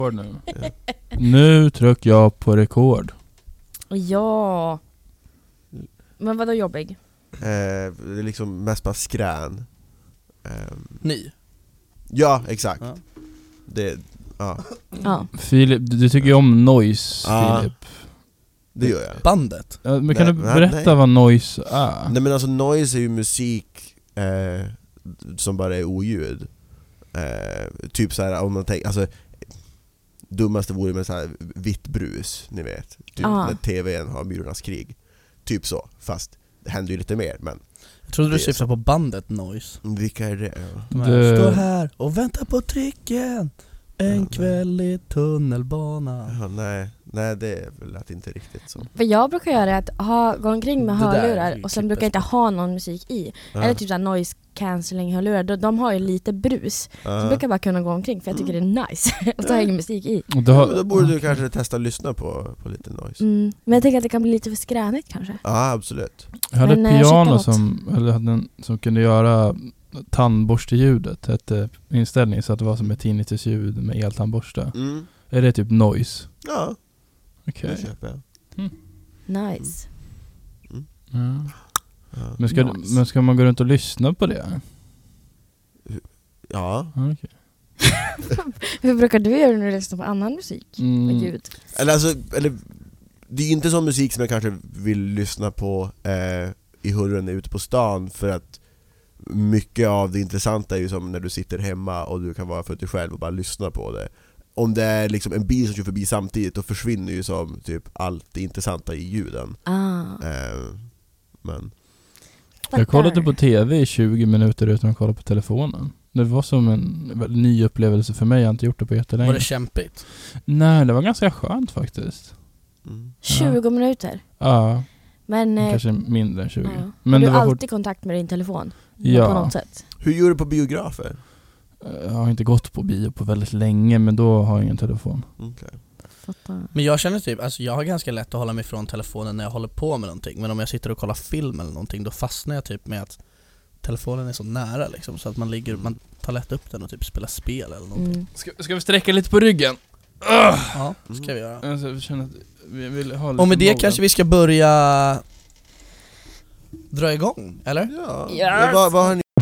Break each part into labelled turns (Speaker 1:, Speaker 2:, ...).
Speaker 1: Nu. Nu trycker jag på rekord.
Speaker 2: Ja. Men vadå jobbig?
Speaker 3: Det är liksom mest bara skrän.
Speaker 4: Ny.
Speaker 3: Ja, exakt.
Speaker 4: Ja.
Speaker 3: Det, ja.
Speaker 2: Ja.
Speaker 1: Filip, du tycker ju om noise, Filip.
Speaker 3: Det gör jag.
Speaker 4: Bandet.
Speaker 1: Ja, men kan
Speaker 3: Nej,
Speaker 1: du berätta
Speaker 3: nej.
Speaker 1: vad noise är?
Speaker 3: Nej men alltså noise är ju musik som bara är oljud. Typ så här om man tänker, alltså dummaste vore med så här vitt brus, ni vet. Typ när tvn har Myrornas krig. Typ så, fast det händer ju lite mer, men
Speaker 4: Jag trodde du syftade på bandet Noise.
Speaker 3: vilka är det? Ja.
Speaker 4: Står här och väntar på tricken. En kväll i tunnelbana.
Speaker 3: Ja, nej, det lät inte riktigt så.
Speaker 2: För jag brukar göra att gå omkring med
Speaker 4: Det där
Speaker 2: hörlurar
Speaker 4: är
Speaker 2: och sen brukar jag inte ha någon musik i. Eller typ såhär noise cancelling hörlurar. De har ju lite brus. Så brukar jag bara kunna gå omkring för jag tycker det är nice. Och så har jag ingen musik i.
Speaker 3: Då borde du kanske testa att lyssna på lite noise.
Speaker 2: Men jag tänker att det kan bli lite för skränigt kanske.
Speaker 3: Ja, absolut.
Speaker 1: Jag hade
Speaker 2: Men,
Speaker 1: piano
Speaker 2: shit,
Speaker 1: som kunde göra tandborsteljudet, hette inställning så att det var som ett tinnitusljud med eltandborste. Är det typ noise?
Speaker 3: Ja.
Speaker 1: Okej.
Speaker 3: Det köper jag.
Speaker 2: Nice.
Speaker 1: Ja.
Speaker 3: Ja.
Speaker 1: Men ska man gå runt och lyssna på det?
Speaker 3: Ja.
Speaker 1: Okay.
Speaker 2: Hur brukar du göra när du lyssnar på annan musik? Gud.
Speaker 3: Eller det är inte sån musik som jag kanske vill lyssna på i hurren ute på stan, för att mycket av det intressanta är ju som när du sitter hemma och du kan vara för dig själv och bara lyssna på det. Om det är liksom en bil som kör förbi samtidigt, då försvinner ju som typ allt det intressanta i ljuden. Men
Speaker 1: jag kollade på tv i 20 minuter utan att kolla på telefonen. Det var som en ny upplevelse för mig. Jag har inte gjort det på jättelänge.
Speaker 4: Var det kämpigt?
Speaker 1: Nej, det var ganska skönt faktiskt.
Speaker 2: 20 minuter?
Speaker 1: Ja.
Speaker 2: Men,
Speaker 1: kanske mindre än 20.
Speaker 2: Ja.
Speaker 1: Men
Speaker 2: har
Speaker 1: det
Speaker 2: du
Speaker 1: var
Speaker 2: alltid kontakt med din telefon?
Speaker 1: Ja.
Speaker 2: På något sätt?
Speaker 3: hur gör du på biografer?
Speaker 1: Jag har inte gått på bio på väldigt länge, men då har jag ingen telefon.
Speaker 3: Okay.
Speaker 4: Men jag känner typ, alltså jag har ganska lätt att hålla mig från telefonen när jag håller på med någonting. Men om jag sitter och kollar film eller någonting, då fastnar jag typ med att telefonen är så nära liksom, så att man tar lätt upp den och typ spelar spel eller någonting.
Speaker 1: Ska vi sträcka lite på ryggen?
Speaker 4: Ja, det ska vi göra.
Speaker 1: Alltså, jag känner att vi vill ha lite
Speaker 4: och med det
Speaker 1: moden.
Speaker 4: kanske vi ska börja dra igång, eller?
Speaker 3: Ja.
Speaker 2: Yes.
Speaker 3: Vad har ni?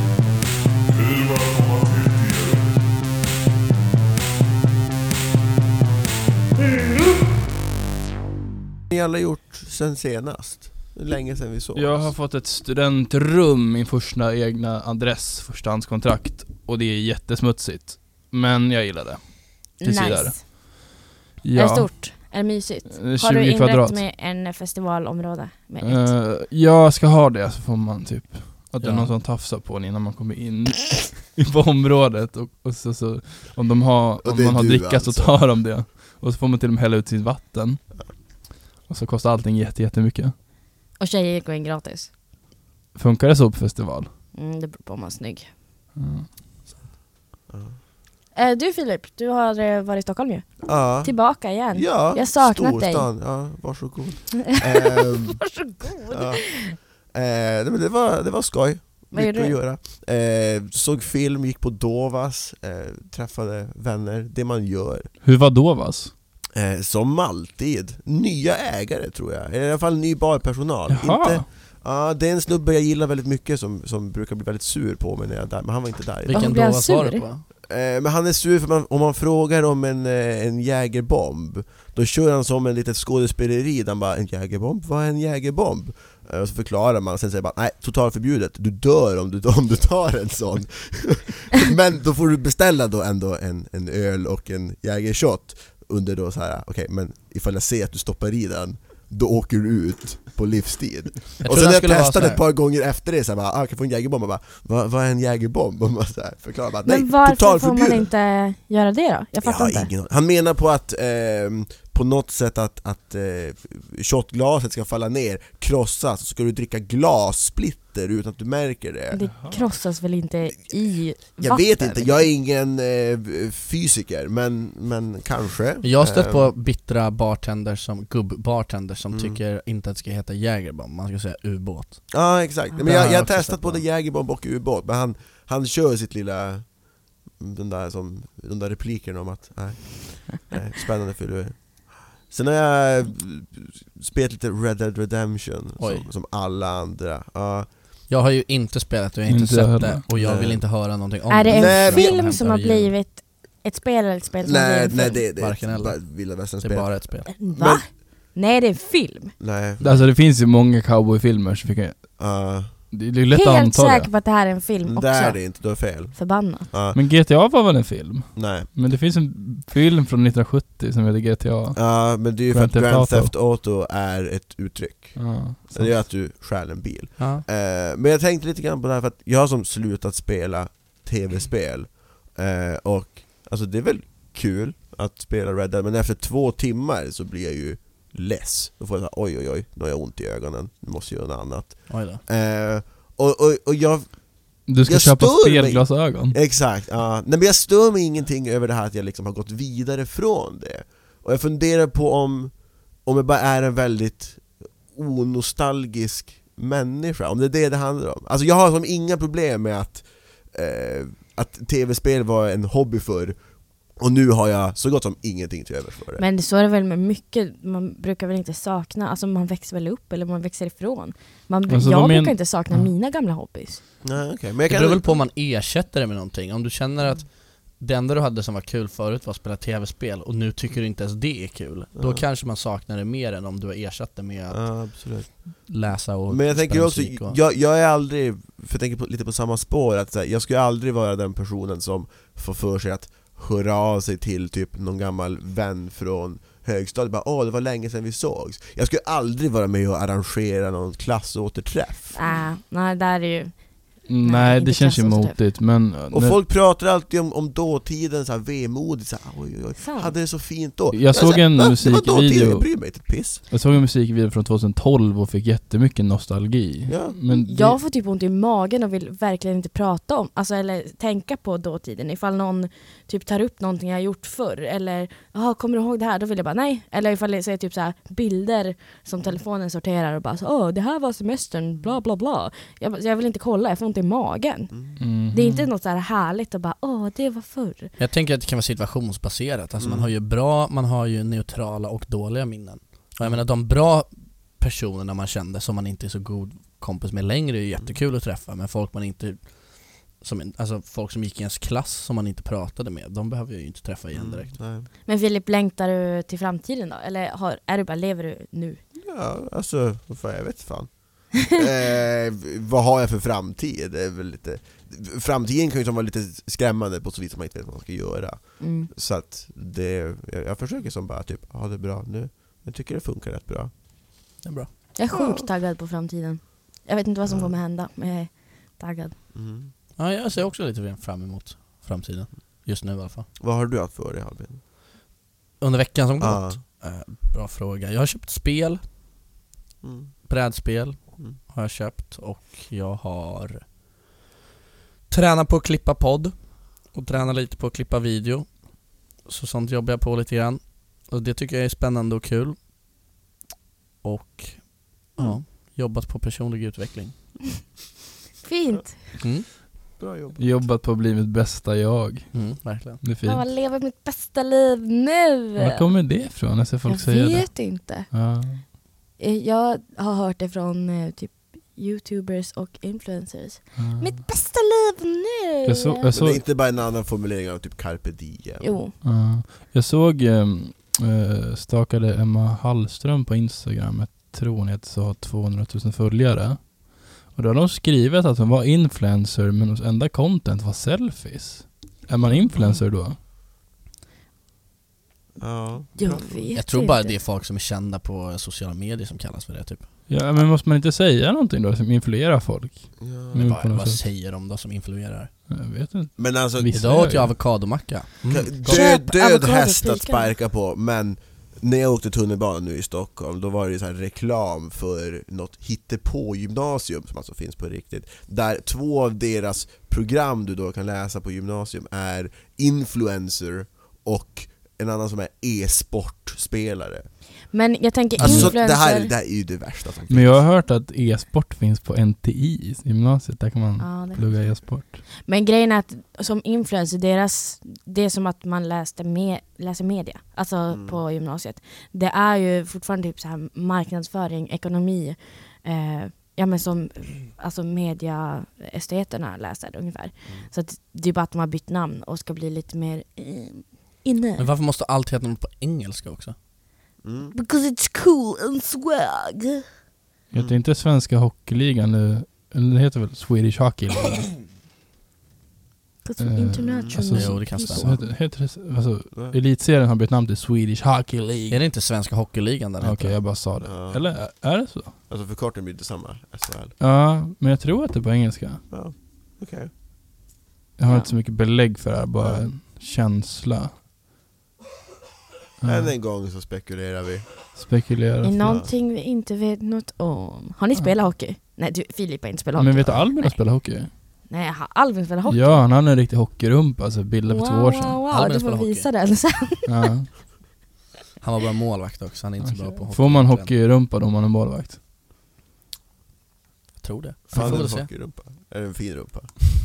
Speaker 3: Ni alla gjort sen senast? Länge sen vi såg.
Speaker 1: Jag har fått ett studentrum, min första egna adress, förstahandskontrakt, och det är jättesmutsigt. Men jag gillar det. Tills vidare.
Speaker 2: Nice.
Speaker 1: Ja.
Speaker 2: Är det stort? Är det mysigt?
Speaker 1: 20
Speaker 2: Har du inrett
Speaker 1: kvadrat.
Speaker 2: med en festivalområde? Med
Speaker 1: Jag ska ha det, så får man typ att det är
Speaker 4: Ja.
Speaker 1: någon som tafsar på en innan man kommer in på området, och så om man har dricka
Speaker 3: alltså.
Speaker 1: så tar de det. Och så får man till och med hälla ut sitt vatten. Och så kostar allting jättemycket.
Speaker 2: Och tjejer går in gratis?
Speaker 1: Funkar det så på festival?
Speaker 2: Det beror på om man är snygg.
Speaker 3: Ja.
Speaker 2: Du Filip, du har varit i Stockholm ju.
Speaker 3: Ja.
Speaker 2: Tillbaka igen.
Speaker 3: Ja,
Speaker 2: Jag har saknat
Speaker 3: storstan. Ja, varsågod.
Speaker 2: Varsågod.
Speaker 3: Ja. Men det var skoj.
Speaker 2: Vad
Speaker 3: Mycket
Speaker 2: gjorde
Speaker 3: att göra. Såg film, gick på Dovas, träffade vänner, det man gör.
Speaker 1: Hur var Dovas?
Speaker 3: Som alltid. Nya ägare tror jag. I alla fall ny barpersonal.
Speaker 1: Jaha.
Speaker 3: Det är en snubbe jag gillar väldigt mycket som brukar bli väldigt sur på mig när jag är där. Men han var inte där.
Speaker 4: Vilken
Speaker 2: blir han
Speaker 4: Dovas var
Speaker 2: sur?
Speaker 4: du på?
Speaker 3: Men han är sur för om man frågar om en jägerbomb, då kör han som en litet skådespeleri. Han bara, en jägerbomb? Vad är en jägerbomb? Och så förklarar man, sen säger bara, nej, totalförbjudet. Du dör om du tar en sån. Men då får du beställa då ändå en öl och en jägershot under då så här, okej, men ifall jag ser att du stoppar i den, då åker du ut på livstid. Och sen jag testade ett par gånger efter det så här, kan jag få en jägerbomb? Och bara, vad är en jägerbomb? Och man så här förklarar bara, nej,
Speaker 2: Men varför får man
Speaker 3: förbjudet.
Speaker 2: inte göra det då? Jag fattar inte.
Speaker 3: Han menar på att på något sätt att shotglaset ska falla ner, krossas, så ska du dricka glassplitter utan att du märker det.
Speaker 2: Det krossas väl inte i
Speaker 3: Jag
Speaker 2: vatten?
Speaker 3: vet inte, jag är ingen fysiker, men kanske.
Speaker 4: Jag har stött på bittra gubbbartenders som tycker inte att det ska heta jägerbomb, man ska säga ubåt.
Speaker 3: Ja, exakt. Men
Speaker 4: Det har
Speaker 3: jag
Speaker 4: jag
Speaker 3: har
Speaker 4: också
Speaker 3: testat
Speaker 4: sett
Speaker 3: både
Speaker 4: på.
Speaker 3: jägerbomb och ubåt, men han kör sitt lilla de där replikerna om att nej, spännande fyller. Sen har jag spelat lite Red Dead Redemption som alla andra.
Speaker 4: Jag har ju inte spelat och jag har inte sett det. Och jag vill inte höra någonting om det.
Speaker 2: Är det en film som har blivit ett spel eller ett spel som har blivit
Speaker 3: Nej,
Speaker 2: film?
Speaker 3: det är bara Vilda Västern-spel.
Speaker 4: Det är bara ett spel.
Speaker 2: Va? Nej, det är en film.
Speaker 3: Nej.
Speaker 1: Alltså det finns ju många cowboyfilmer så fick jag... Det är lätt att
Speaker 2: Helt
Speaker 1: anta det.
Speaker 2: säker på att det här är en film också.
Speaker 3: Det är det inte, du har fel.
Speaker 2: Förbannat.
Speaker 1: Men GTA var väl en film?
Speaker 3: Nej.
Speaker 1: Men det finns en film från 1970 som heter GTA.
Speaker 3: Ja, men det är ju för att Grand Theft Auto är ett uttryck. Det är att du stjäl en bil. Men jag tänkte lite grann på det här för att jag har som slutat spela tv-spel. Och alltså det är väl kul att spela Red Dead, men efter 2 timmar så blir jag ju less. Då får jag säga, oj, nu har jag ont i ögonen. Nu måste jag göra något annat.
Speaker 4: Oj då.
Speaker 3: Och jag...
Speaker 1: Du ska köpa spelglasögon.
Speaker 3: Exakt, nej, men jag stör mig ingenting över det här att jag liksom har gått vidare från det. Och jag funderar på om jag bara är en väldigt onostalgisk människa, om det är det handlar om. Alltså jag har som inga problem med att tv-spel var en hobby förr. Och nu har jag så gott som ingenting till övers för det.
Speaker 2: Men så är det väl med mycket, man brukar väl inte sakna, alltså man växer väl upp eller man växer ifrån.
Speaker 1: Alltså,
Speaker 2: jag brukar inte sakna mina gamla hobbys.
Speaker 3: Nej, okay. Men
Speaker 4: det beror väl på om man ersätter det med någonting. Om du känner att det enda du hade som var kul förut var att spela tv-spel och nu tycker du inte ens det är kul, då kanske man saknar det mer än om du har ersatt det med att läsa och...
Speaker 3: Men jag tänker också, jag är aldrig, för jag tänker lite på samma spår, att så här, jag skulle aldrig vara den personen som får för sig att höra av sig till typ någon gammal vän från högstadiet, bara det var länge sedan vi sågs. Jag skulle aldrig vara med och arrangera någon klassåterträff.
Speaker 2: Nej, där är ju...
Speaker 1: Nej, det känns ju motigt, men...
Speaker 3: Och folk pratar alltid om dåtiden så här vemodigt, så här, oj, hade det så fint då.
Speaker 1: Jag såg en musikvideo.
Speaker 3: Jag bryr mig inte ett piss.
Speaker 1: Jag såg en musikvideo från 2012 och fick jättemycket nostalgi.
Speaker 3: Ja.
Speaker 1: Men
Speaker 2: jag får typ ont i magen och vill verkligen inte prata om, alltså, eller tänka på dåtiden. Ifall någon typ tar upp någonting jag gjort förr, eller kommer du ihåg det här? Då vill jag bara nej. Eller ifall jag säger typ så här bilder som telefonen sorterar och bara så, det här var semestern, bla bla bla. Jag vill inte kolla, jag får ont i magen. Det är inte något så här härligt att bara, det var förr.
Speaker 4: Jag tänker att det kan vara situationsbaserat. Alltså man har ju bra, man har ju neutrala och dåliga minnen. Och jag menar, de bra personerna man kände som man inte är så god kompis med längre är ju jättekul att träffa, men folk man inte alltså folk som gick i ens klass som man inte pratade med, de behöver ju inte träffa igen direkt.
Speaker 2: Men Filip, längtar du till framtiden då? Eller lever du nu?
Speaker 3: Ja, alltså, jag vet fan. Vad har jag för framtid? Det är väl lite, framtiden kan ju vara lite skrämmande på så vis att man inte vet vad man ska göra. Så att jag försöker som bara typ, det är bra nu. Jag tycker det funkar rätt bra.
Speaker 4: Det är bra.
Speaker 2: Jag är sjukt taggad på framtiden. Jag vet inte vad som kommer hända, men jag är taggad.
Speaker 4: Ja, jag ser också lite fram emot framtiden. Just nu i alla fall.
Speaker 3: Vad har du haft för dig, Albin?
Speaker 4: Under veckan som gått? Bra fråga. Jag har köpt spel. Brädspel har jag köpt. Och jag har tränat på att klippa podd. Och tränat lite på att klippa video. Så sånt jobbar jag på lite grann. Och det tycker jag är spännande och kul. Och jobbat på personlig utveckling.
Speaker 2: Fint.
Speaker 3: Bra jobb.
Speaker 1: Jobbat på att bli mitt bästa jag.
Speaker 4: Verkligen.
Speaker 1: Det är fint.
Speaker 2: Jag lever mitt bästa liv nu.
Speaker 1: Var kommer det ifrån? Jag ser folk säga det.
Speaker 2: Jag vet inte. Jag har hört det från typ YouTubers och influencers. Mitt bästa liv nu.
Speaker 3: Jag såg... Det är inte bara en annan formulering av typ carpe diem.
Speaker 2: Jo.
Speaker 1: Jag såg stakade Emma Hallström på Instagram. Jag tror hon har 200 000 följare. Och då har de skrivit att hon var influencer, men hennes enda content var selfies. Är man influencer då?
Speaker 3: Ja.
Speaker 4: Jag tror bara det är folk som är kända på sociala medier som kallas för det typ.
Speaker 1: Ja, men måste man inte säga någonting då som influerar folk?
Speaker 4: Men vad säger de då som influerar?
Speaker 1: Jag vet inte.
Speaker 3: Men alltså,
Speaker 4: idag åt jag avokadomacka.
Speaker 3: Död häst att sparka på, men när jag åkte tunnelbanan nu i Stockholm, då var det så här reklam för något hittepå-gymnasium som alltså finns på riktigt. Där 2 av deras program du då kan läsa på gymnasium är influencer och en annan som är e-sportspelare.
Speaker 2: Men jag tänker
Speaker 3: Alltså, så
Speaker 2: influencer.
Speaker 3: det här är ju det värsta som finns.
Speaker 1: Men jag har hört att e-sport finns på NTI i gymnasiet. Där kan man
Speaker 2: Ja, det
Speaker 1: plugga e-sport.
Speaker 2: Men grejen är att som influencer, det är som att man läser media, alltså på gymnasiet. Det är ju fortfarande typ så här marknadsföring, ekonomi, ja men som alltså mediaesteterna läser ungefär. Så att det är bara att de har bytt namn och ska bli lite mer inne.
Speaker 4: Men varför måste allt heta något på engelska också?
Speaker 2: Because it's cool and swag.
Speaker 1: Jag vet inte svenska hockeyligan nu. Eller det heter väl Swedish Hockey League.
Speaker 2: International.
Speaker 1: alltså,
Speaker 4: Jo, det kan
Speaker 1: så
Speaker 4: stämma.
Speaker 1: heter det, alltså, elitserien har bytt namn till Swedish Hockey League.
Speaker 4: Är det inte svenska hockeyligan där?
Speaker 1: Okej, jag bara sa det.
Speaker 3: Ja.
Speaker 1: Eller är det så?
Speaker 3: Alltså förkortningen blir detsamma, SHL.
Speaker 1: Ja, men jag tror att det är på engelska.
Speaker 3: Ja, okej.
Speaker 1: Jag har
Speaker 2: Ja.
Speaker 1: inte så mycket belägg för det här, bara en känsla.
Speaker 3: Än en gång så spekulerar vi.
Speaker 1: Spekulerar.
Speaker 2: Är någonting vi inte vet något om. Har ni spelat hockey? Nej, Filip har inte spelat hockey.
Speaker 1: Men vet du Albin har spelat hockey?
Speaker 2: Nej, har Albin spelat hockey?
Speaker 1: Ja, han hade en riktig hockeyrumpa, alltså bildad för 2 år sedan.
Speaker 2: Wow,
Speaker 4: Albin
Speaker 2: du
Speaker 4: spelar
Speaker 2: får
Speaker 4: hockey.
Speaker 2: visa den sen.
Speaker 1: Ja.
Speaker 4: Han var bara målvakt också, han är inte så bra på hockey.
Speaker 1: Får man hockeyrumpa då om man är målvakt?
Speaker 4: Jag tror det.
Speaker 3: Fan,
Speaker 4: Jag får
Speaker 3: en
Speaker 4: väl se.
Speaker 3: hockeyrumpa. Är det en fin rumpa?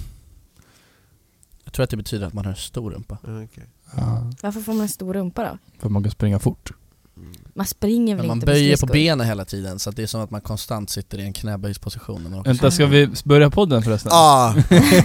Speaker 4: Jag tror att det betyder att man har en stor rumpa.
Speaker 3: Okej.
Speaker 1: Ja,
Speaker 2: Varför får man en stor rumpa då?
Speaker 1: för att man kan springa fort.
Speaker 2: Man springer väl
Speaker 4: Men man
Speaker 2: inte
Speaker 4: böjer på
Speaker 2: skridskor?
Speaker 4: benen hela tiden, så att det är som att man konstant sitter i en knäböjsposition när man åker.
Speaker 1: Vänta, ska vi börja podden förresten?
Speaker 3: Ah!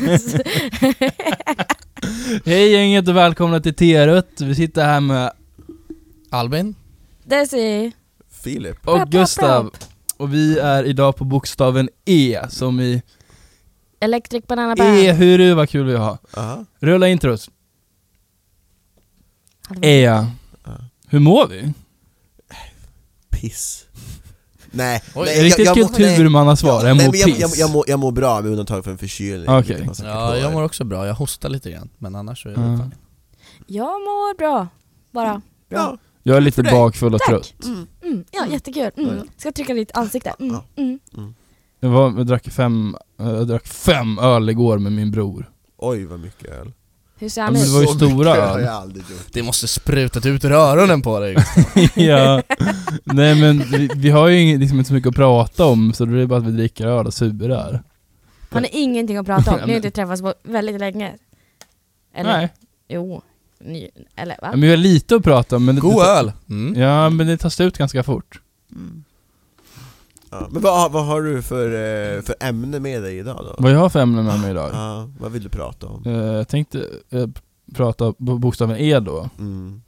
Speaker 1: Hej gänget och välkomna till T-rött. Vi sitter här med
Speaker 4: Albin?
Speaker 2: Desi.
Speaker 3: Filip.
Speaker 1: och Gustav. Och vi är idag på bokstaven E, som i
Speaker 2: Electric Banana Band.
Speaker 1: E-huru, vad kul vi har.
Speaker 3: Aha.
Speaker 1: Rulla intros.
Speaker 2: Hade varit-
Speaker 1: Ea, hur mår vi?
Speaker 3: Piss. Nej,
Speaker 4: Oj,
Speaker 3: nej,
Speaker 1: Riktigt kulturmannasvar, jag mår piss.
Speaker 3: jag mår bra med undantag för en förkylning.
Speaker 1: Okej.
Speaker 3: Lite massa
Speaker 4: Ja, jag mår också bra. Jag hostar lite grann, men annars så är det
Speaker 1: Ja.
Speaker 4: fan.
Speaker 2: Jag mår bra. Bara bra.
Speaker 3: Ja.
Speaker 1: Jag är lite
Speaker 3: För dig.
Speaker 1: bakfull och
Speaker 2: Tack.
Speaker 1: trött.
Speaker 2: Ja, jättekul.
Speaker 3: Ja.
Speaker 2: Ska trycka ditt ansikte.
Speaker 1: Jag drack 5 öl igår med min bror.
Speaker 3: Oj, vad mycket öl.
Speaker 2: Hur ser
Speaker 1: Ja,
Speaker 2: han
Speaker 1: men
Speaker 2: ut?
Speaker 1: det var ju
Speaker 3: Så
Speaker 1: stora
Speaker 3: mycket
Speaker 1: öl.
Speaker 3: har jag aldrig gjort.
Speaker 4: Det måste sprutat ut ur öronen på dig.
Speaker 1: Ja. Nej men vi har ju liksom inte så mycket att prata om, så det är bara att vi dricker öl och surar.
Speaker 2: Han har ingenting att prata om.
Speaker 1: Ja,
Speaker 2: Ni har
Speaker 1: men-
Speaker 2: inte träffats på väldigt länge. Eller?
Speaker 1: Nej,
Speaker 2: Jo. Eller va?
Speaker 1: ja, men vi har lite att prata om, men
Speaker 4: God öl! Mm.
Speaker 1: Ja, men det tar slut ganska fort.
Speaker 3: Ja. Men vad har du för ämne med dig idag då?
Speaker 1: Vad jag har för ämnen med mig idag?
Speaker 3: Ja, vad vill du prata om?
Speaker 1: Jag tänkte prata på bokstaven E då.
Speaker 3: Mm.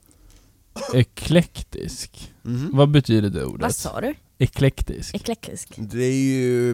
Speaker 1: Eklektisk.
Speaker 3: Mhm.
Speaker 1: Vad betyder det ordet?
Speaker 2: Vad sa du?
Speaker 1: Eklektisk.
Speaker 2: Eklektisk.
Speaker 3: Det är ju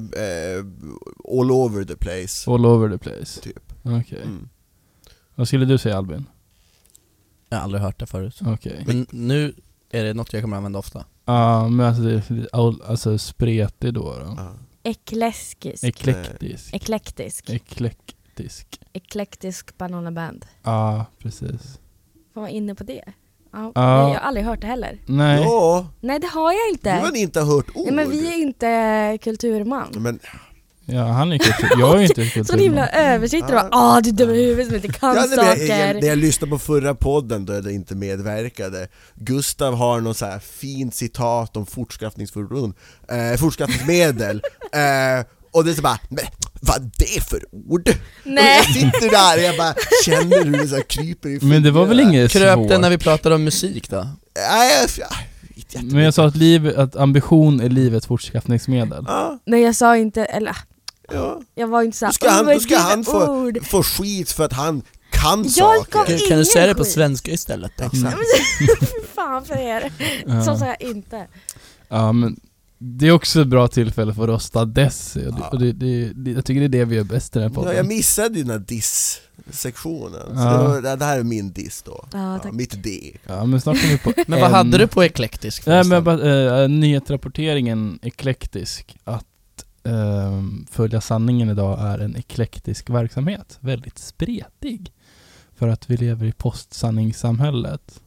Speaker 3: all over the place.
Speaker 1: All over the place.
Speaker 3: Typ.
Speaker 1: Okej.
Speaker 3: Mm.
Speaker 1: Vad skulle du säga, Albin?
Speaker 4: Jag har aldrig hört det förut.
Speaker 1: Okej.
Speaker 4: Men nu är det något jag kommer använda ofta.
Speaker 1: Ja, men alltså, det är alltså spretig då.
Speaker 3: Ja.
Speaker 2: Ekleskisk.
Speaker 1: Eklektisk.
Speaker 2: Eklektisk.
Speaker 1: Eklektisk.
Speaker 2: Eklektisk Banana Band.
Speaker 1: Ja, precis.
Speaker 2: Får vara inne på det. Ja,
Speaker 1: Ja.
Speaker 2: Jag har aldrig hört det heller.
Speaker 1: Nej.
Speaker 3: Ja,
Speaker 2: Nej, det har jag
Speaker 3: du
Speaker 2: inte.
Speaker 3: har inte hört ord.
Speaker 2: Nej, men vi är inte kulturman.
Speaker 3: Men,
Speaker 1: Ja, han är kultur. Jag är inte
Speaker 2: Så himla
Speaker 1: kulturman.
Speaker 2: översittare och bara du är dum i huvudet som inte kan
Speaker 3: ja,
Speaker 2: saker.
Speaker 3: när jag lyssnade på förra podden då jag inte medverkade, Gustav har något så här fint citat om fortskaffningsfordon, fortskaffningsmedel, och det är så bara, men vad är det för ord?
Speaker 2: Nej.
Speaker 3: Och jag sitter där och jag bara känner hur det så här kryper i
Speaker 1: Men det var väl inget
Speaker 4: Kröp
Speaker 1: svårt?
Speaker 4: det när vi pratade om musik då?
Speaker 3: Nej,
Speaker 1: Men jag sa att ambition är livets fortskaffningsmedel.
Speaker 3: Ja,
Speaker 2: Nej, jag sa inte, eller
Speaker 3: ja.
Speaker 2: jag var inte såhär,
Speaker 3: Då ska han
Speaker 2: ord.
Speaker 3: få skit för att han kan
Speaker 2: Jag
Speaker 3: saker.
Speaker 2: gav
Speaker 4: Kan du säga det på
Speaker 2: skit.
Speaker 4: svenska istället då?
Speaker 1: Mm.
Speaker 2: Fy fan för er.
Speaker 1: Ja.
Speaker 2: Så sa jag inte.
Speaker 1: Ja, men det är också ett bra tillfälle för att rösta Desi. Och jag tycker det är det vi gör bäst i den här podden.
Speaker 3: Ja, jag missade ju den här diss-sektionen. Så
Speaker 1: Ja.
Speaker 3: det här är min diss då.
Speaker 2: Ja, tack.
Speaker 3: Mitt D.
Speaker 1: Ja, men snart kommer vi på
Speaker 4: Men vad hade du på eklektisk?
Speaker 1: Nej, men
Speaker 4: förresten?
Speaker 1: bara, nyhetsrapporteringen eklektisk. Att följa sanningen idag är en eklektisk verksamhet. Väldigt spretig. För att vi lever i postsanningssamhället.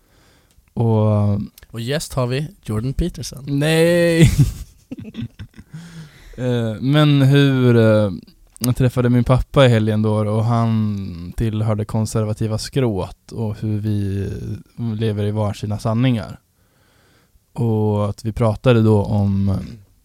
Speaker 1: Och
Speaker 4: Och gäst har vi Jordan Peterson.
Speaker 1: nej. Men hur jag träffade min pappa i helgen då och han tillhörde konservativa skrået och hur vi lever i varsina sanningar. Och att vi pratade då om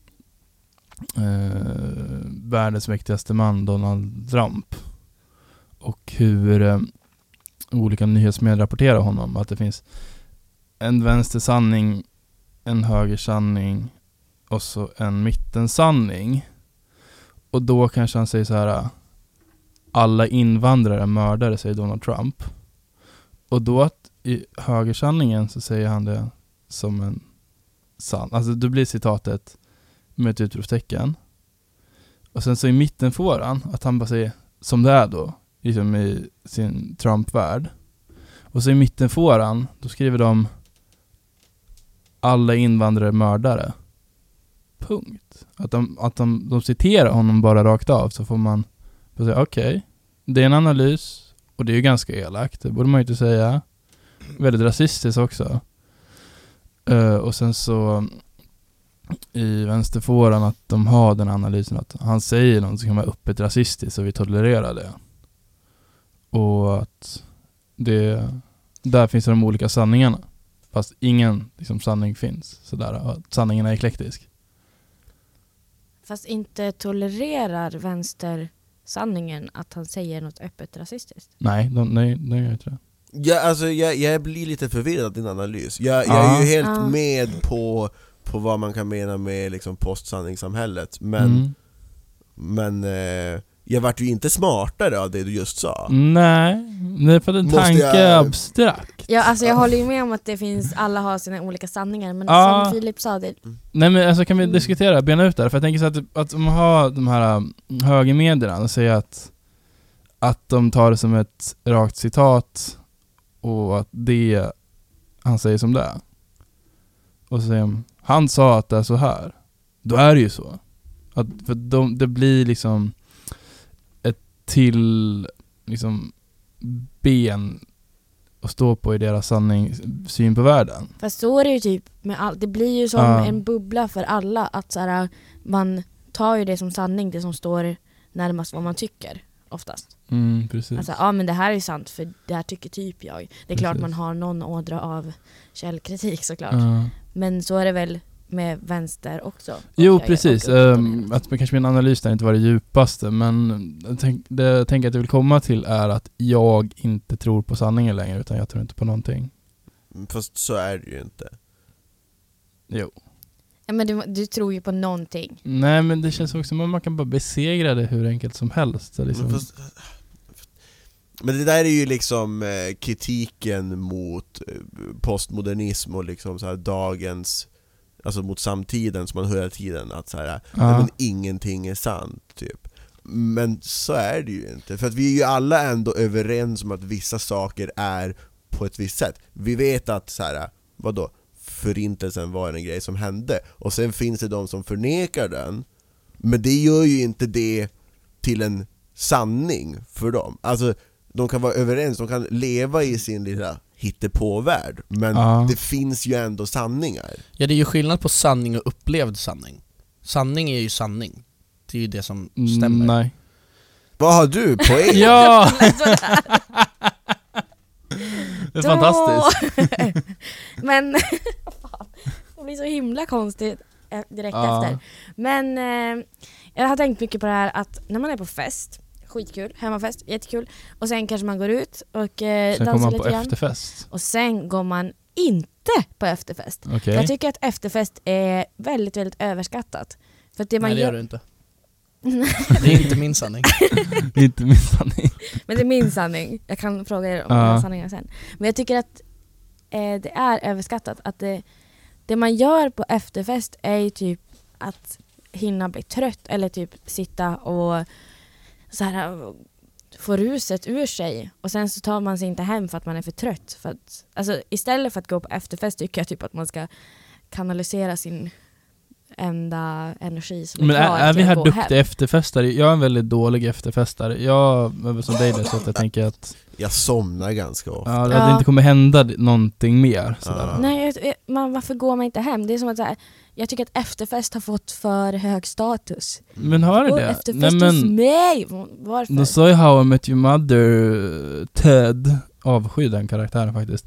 Speaker 1: världens mäktigaste man Donald Trump och hur olika nyhetsmedier rapporterar honom att det finns en vänstersanning, en högersanning och så en mittensanning. Och då kanske han säger så här: alla invandrare mördare, säger Donald Trump. Och då att i högersanningen så säger han det som en alltså då blir citatet med ett utropstecken. Och sen så i mitten får han att han bara säger som det är då, liksom i sin Trump-värld. Och så i mitten får han, då skriver de alla invandrare mördare. Punkt. Att de citerar honom bara rakt av, så får man säga okej, det är en analys och det är ju ganska elakt, det borde man ju inte säga. Väldigt rasistiskt också. Och sen så i vänsterfåran att de har den analysen att han säger något som kan vara öppet rasistiskt och vi tolererar det. Och att där finns de olika sanningarna. Fast ingen liksom, sanning finns. Sådär, sanningen är eklektisk.
Speaker 2: Fast inte tolererar vänstersanningen att han säger något öppet rasistiskt?
Speaker 1: Nej, de gör inte det.
Speaker 3: Ja, alltså, jag blir lite förvirrad av din analys. Jag är ju helt med på vad man kan mena med liksom postsanningssamhället. Men jag vart ju inte smartare av det du just sa.
Speaker 1: Nej, det är för att en tanke är abstrakt.
Speaker 2: Ja, alltså jag håller ju med om att det finns, alla har sina olika sanningar. Men som Filip sa det...
Speaker 1: Nej, men alltså kan vi diskutera, bena ut det. För jag tänker så att om man har de här högermedierna och säger att de tar det som ett rakt citat och att det han säger som det är. Och så säger han sa att det är så här. Då är det ju så. Att för det blir liksom ett till liksom ben att stå på i deras syn på världen.
Speaker 2: Fast så är det ju typ med allt. Det blir ju som en bubbla för alla. Att så här, man tar ju det som sanning, det som står närmast vad man tycker. Oftast.
Speaker 1: Precis.
Speaker 2: Alltså, men det här är ju sant för det här tycker typ jag. Det är klart man har någon ådra av källkritik såklart. Men så är det väl med vänster också.
Speaker 1: Jo, precis. Att kanske min analys där inte var det djupaste, men jag tänker att jag vill komma till är att jag inte tror på sanningen längre, utan jag tror inte på någonting.
Speaker 3: Fast så är det ju inte.
Speaker 1: Jo.
Speaker 2: Ja, men du tror ju på någonting.
Speaker 1: Nej, men det känns också som att man kan bara besegra det hur enkelt som helst. Liksom.
Speaker 3: Men det där är ju liksom kritiken mot postmodernism och liksom så här dagens, alltså mot samtiden som man hör hela tiden att så här, nej, men ingenting är sant typ. Men så är det ju inte, för att vi är ju alla ändå överens om att vissa saker är på ett visst sätt. Vi vet att så här, vadå, förintelsen var en grej som hände, och sen finns det de som förnekar den, men det gör ju inte det till en sanning för dem. Alltså de kan vara överens, de kan leva i sin lilla hittepåvärld, men det finns ju ändå sanningar.
Speaker 4: Ja, det är ju skillnad på sanning och upplevd sanning. Sanning är ju sanning. Det är ju det som stämmer.
Speaker 1: Nej.
Speaker 3: Vad har du? Poäng?
Speaker 1: Ja! Det är fantastiskt.
Speaker 2: Men det blir så himla konstigt direkt efter. Men jag har tänkt mycket på det här att när man är på fest, skitkul, hemmafest, jättekul, och sen kanske man går ut och
Speaker 1: sen
Speaker 2: dansar
Speaker 1: kommer man
Speaker 2: lite
Speaker 1: på
Speaker 2: grann.
Speaker 1: efterfest.
Speaker 2: Och sen går man inte på efterfest.
Speaker 1: Okay.
Speaker 2: Jag tycker att efterfest är väldigt, väldigt överskattat. För att det man
Speaker 4: Nej, det gör du inte. Det är inte min sanning.
Speaker 1: Det är inte min sanning.
Speaker 2: Men det är min sanning. Jag kan fråga er om den sanningen sen. Men jag tycker att det är överskattat. Att det man gör på efterfest är ju typ att hinna bli trött. Eller typ sitta och så här, få ruset ur sig. Och sen så tar man sig inte hem för att man är för trött. För att, alltså, istället för att gå på efterfest tycker jag typ att man ska kanalisera sin enda energi som
Speaker 1: Men
Speaker 2: kvar
Speaker 1: är vi
Speaker 2: till
Speaker 1: här
Speaker 2: att gå
Speaker 1: duktiga
Speaker 2: hem.
Speaker 1: efterfestare? Jag är en väldigt dålig efterfestare. Jag är som dig där, så att jag tänker att
Speaker 3: Jag somnar ganska ofta.
Speaker 1: ja, det
Speaker 2: Ja.
Speaker 1: inte kommer hända någonting mer. Sådär.
Speaker 3: Ja.
Speaker 2: Nej, varför går man inte hem? Det är som att så här, jag tycker att efterfest har fått för hög status.
Speaker 1: Men har det
Speaker 2: Och
Speaker 1: det?
Speaker 2: efterfest hos mig! Varför?
Speaker 1: Då sa ju How I Met Your Mother, Ted, avsky den karaktären faktiskt,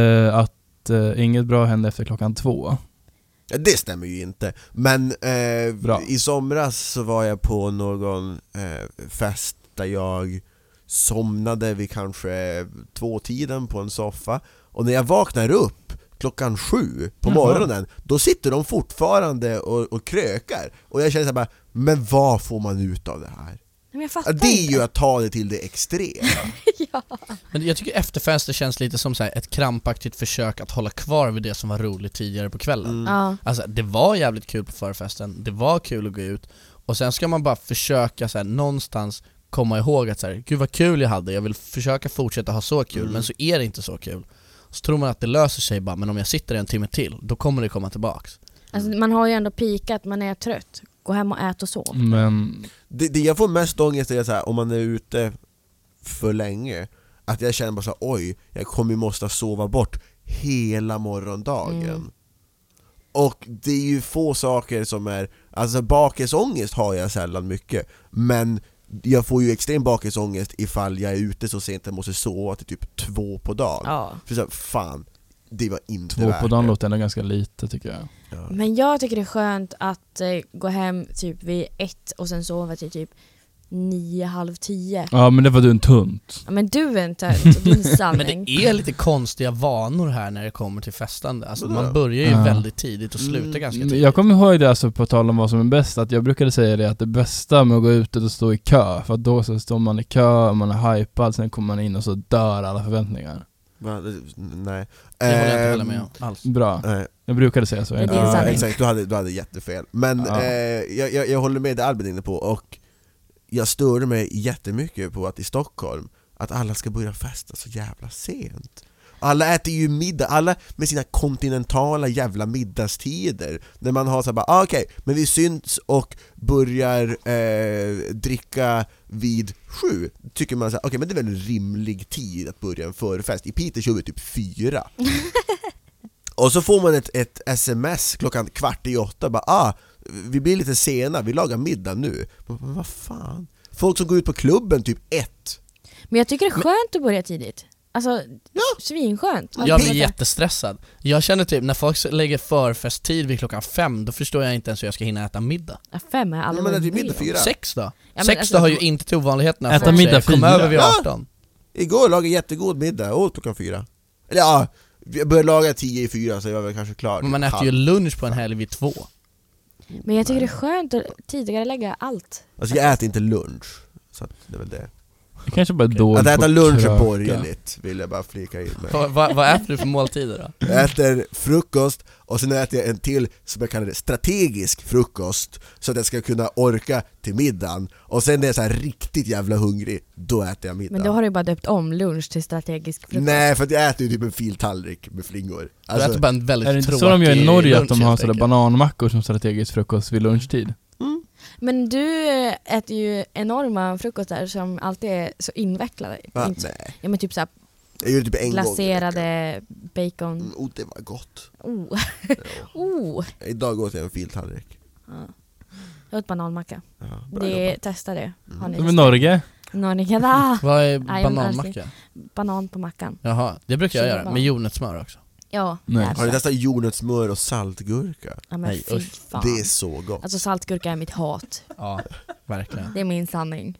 Speaker 1: att inget bra hände efter 2:00.
Speaker 3: Ja, det stämmer ju inte. Men
Speaker 1: Bra.
Speaker 3: i somras så var jag på någon fest där jag somnade vid kanske 2-tiden på en soffa. Och när jag vaknar upp 7:00 på
Speaker 1: Jaha.
Speaker 3: morgonen, då sitter de fortfarande och krökar. Och jag känner så här bara, men vad får man ut av det här?
Speaker 2: Men jag fattar
Speaker 3: Ja, det är
Speaker 2: inte.
Speaker 3: ju att ta det till det extrema.
Speaker 2: Ja.
Speaker 4: Men jag tycker efterfester känns lite som så här ett krampaktigt försök att hålla kvar vid det som var roligt tidigare på kvällen.
Speaker 3: Mm.
Speaker 2: Ja.
Speaker 4: Alltså det var jävligt kul på förfesten, det var kul att gå ut, och sen ska man bara försöka så här, någonstans komma ihåg att så här, gud vad kul jag hade, jag vill försöka fortsätta ha så kul, men så är det inte så kul. Så tror man att det löser sig bara, men om jag sitter en timme till, då kommer det komma tillbaks.
Speaker 2: Alltså, man har ju ändå pikat, man är trött. Gå hem och ät och sov.
Speaker 1: Men
Speaker 3: Det jag får mest ångest är så här, om man är ute för länge, att jag känner bara så här, oj, jag kommer ju måste sova bort hela morgondagen. Och det är ju få saker som är, alltså bakisångest har jag sällan mycket, men jag får ju extrem bakisångest ifall jag är ute så sent att jag måste sova till typ 2 på dagen.
Speaker 2: Ja.
Speaker 3: För så här, fan, det var inte
Speaker 1: 2
Speaker 3: värt
Speaker 1: på dagen
Speaker 3: det.
Speaker 1: låter ändå ganska lite, tycker jag.
Speaker 3: Ja.
Speaker 2: Men jag tycker det är skönt att gå hem typ vid 1 och sen sova till typ 9, halv 10.
Speaker 1: Ja, men det var du en tunt.
Speaker 2: Ja, men du är inte din
Speaker 4: Men
Speaker 2: sanning.
Speaker 4: det är lite konstiga vanor här när det kommer till festande. Alltså
Speaker 3: Vadå?
Speaker 4: man börjar ju
Speaker 1: Ja.
Speaker 4: väldigt tidigt och slutar ganska
Speaker 1: Men
Speaker 4: tidigt.
Speaker 1: jag kommer ihåg det, alltså, på tal om vad som är bäst, att jag brukade säga det, att det bästa med att gå ut är att stå i kö, för att då så står man i kö, man är hypad, sen kommer man in och så dör alla förväntningar.
Speaker 3: Va? Nej.
Speaker 4: Det håller jag inte heller med om alls.
Speaker 1: Bra.
Speaker 3: Nej.
Speaker 1: Jag brukade säga så.
Speaker 2: Det är din
Speaker 3: Ja,
Speaker 2: sanning.
Speaker 3: exakt, du hade jättefel. Men
Speaker 1: Ja.
Speaker 3: jag håller med det Albin är inne på, och jag störde mig jättemycket på att i Stockholm att alla ska börja festa så jävla sent. Alla äter ju middag, alla med sina kontinentala jävla middagstider. När man har så här bara, okej, men vi syns och börjar dricka vid 7. Tycker man så här, okej, men det är väl en rimlig tid att börja en förfest. I Piteå kör vi typ 4. Och så får man ett sms 7:15, bara, vi blir lite sena, vi lagar middag nu. Men vad fan? Folk som går ut på klubben typ 1.
Speaker 2: Men jag tycker det är skönt att börja tidigt. Alltså, svinskönt.
Speaker 4: Jag blir jättestressad. Jag känner typ, när folk lägger förfesttid vid 5:00, då förstår jag inte ens hur jag ska hinna äta middag.
Speaker 2: Ja, 5 är alla
Speaker 3: Ja, men det är middag 4.
Speaker 4: 6 då?
Speaker 2: men
Speaker 4: 6
Speaker 2: alltså-
Speaker 4: då hör ju inte till ovanligheterna.
Speaker 1: Äta
Speaker 4: Folk
Speaker 1: middag
Speaker 4: säger, kom
Speaker 1: 4.
Speaker 4: över vid
Speaker 3: Ja.
Speaker 4: 18.
Speaker 3: Igår lagade jag jättegod middag, 4. Eller ja, jag började laga 10:04, så jag var väl kanske klar.
Speaker 4: Men man äter ju lunch på en helg vid 2.
Speaker 2: Men jag tycker det är skönt att tidigare lägga allt.
Speaker 3: Alltså jag äter inte lunch, så att det är väl det.
Speaker 1: Det kanske bara är dåligt
Speaker 3: Att äta
Speaker 1: på
Speaker 3: lunch är
Speaker 1: kröka.
Speaker 3: borgerligt, vill jag bara flika in med.
Speaker 4: Vad äter du för måltider då?
Speaker 3: Jag äter frukost och sen äter jag en till som jag kallar det strategisk frukost, så att jag ska kunna orka till middagen. Och sen när jag är så här riktigt jävla hungrig, då äter jag middag.
Speaker 2: Men då har du bara döpt om lunch till strategisk frukost.
Speaker 3: Nej, för att jag äter ju typ en filtallrik med flingor.
Speaker 4: Du äter bara en väldigt
Speaker 1: Är det inte
Speaker 4: tråkig
Speaker 1: så de gör i Norge, att de
Speaker 4: lunch,
Speaker 1: har
Speaker 4: helt
Speaker 1: sådär
Speaker 4: enkelt.
Speaker 1: bananmackor som strategisk frukost vid lunchtid?
Speaker 2: Men du äter ju enorma frukostar som alltid är så invecklade.
Speaker 3: Va?
Speaker 2: Inte så-
Speaker 3: Nej,
Speaker 2: Ja, men typ såhär
Speaker 3: jag gör det typ en gång i veckan.
Speaker 2: glaserade bacon.
Speaker 3: Det var gott.
Speaker 2: Oh.
Speaker 3: Ja.
Speaker 2: Oh.
Speaker 3: Idag åt jag en filtallrik.
Speaker 2: Ja. Jag åt bananmacka.
Speaker 3: Ja, bra
Speaker 2: Det,
Speaker 3: jobbat.
Speaker 2: testa det. Har ni
Speaker 1: De är Norge.
Speaker 2: Norge, da.
Speaker 4: Vad är
Speaker 2: Nej,
Speaker 4: bananmacka?
Speaker 2: Banan på mackan.
Speaker 4: Jaha, det brukar jag göra,
Speaker 2: Banan.
Speaker 4: med jordnötssmör också.
Speaker 2: Ja,
Speaker 1: Nej.
Speaker 2: jävlar.
Speaker 3: Har ni testat jordnötssmör och saltgurka?
Speaker 2: Ja, men
Speaker 4: Nej,
Speaker 2: fy
Speaker 4: usch.
Speaker 2: fan.
Speaker 3: Det är så gott.
Speaker 2: Alltså saltgurka är mitt hat.
Speaker 4: Ja, verkligen.
Speaker 2: Det är min sanning.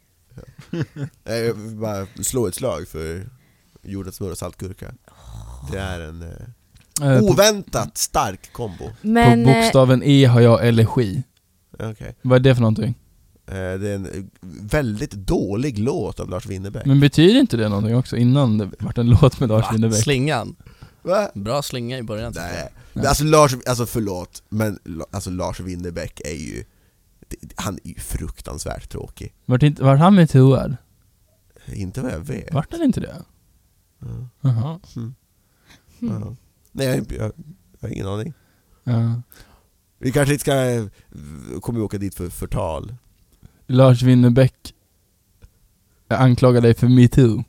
Speaker 3: Jag vill bara slå ett slag för jordnötssmör och saltgurka. Det är en
Speaker 1: På
Speaker 3: oväntat stark kombo.
Speaker 2: Men
Speaker 1: bokstaven E har jag allergi.
Speaker 3: Okej.
Speaker 1: Vad är det för någonting?
Speaker 3: Det är en väldigt dålig låt av Lars Winnerbäck.
Speaker 1: Men betyder inte det någonting också innan det vart en låt med Lars Winnerbäck?
Speaker 4: Slingan.
Speaker 3: Va?
Speaker 4: Bra slinga i början.
Speaker 3: Nej. Men alltså förlåt, men alltså Lars Winnerbäck är ju, han är ju fruktansvärt tråkig.
Speaker 1: Vart han med toad?
Speaker 3: Inte vad jag vet.
Speaker 1: Vart han inte det?
Speaker 3: Ja.
Speaker 1: Jaha.
Speaker 3: Ja. Nej, jag har ingen aning.
Speaker 1: Ja.
Speaker 3: Vi kanske inte ska kommer åka dit för förtal.
Speaker 1: Lars Winnerbäck, jag anklagar dig för MeToo.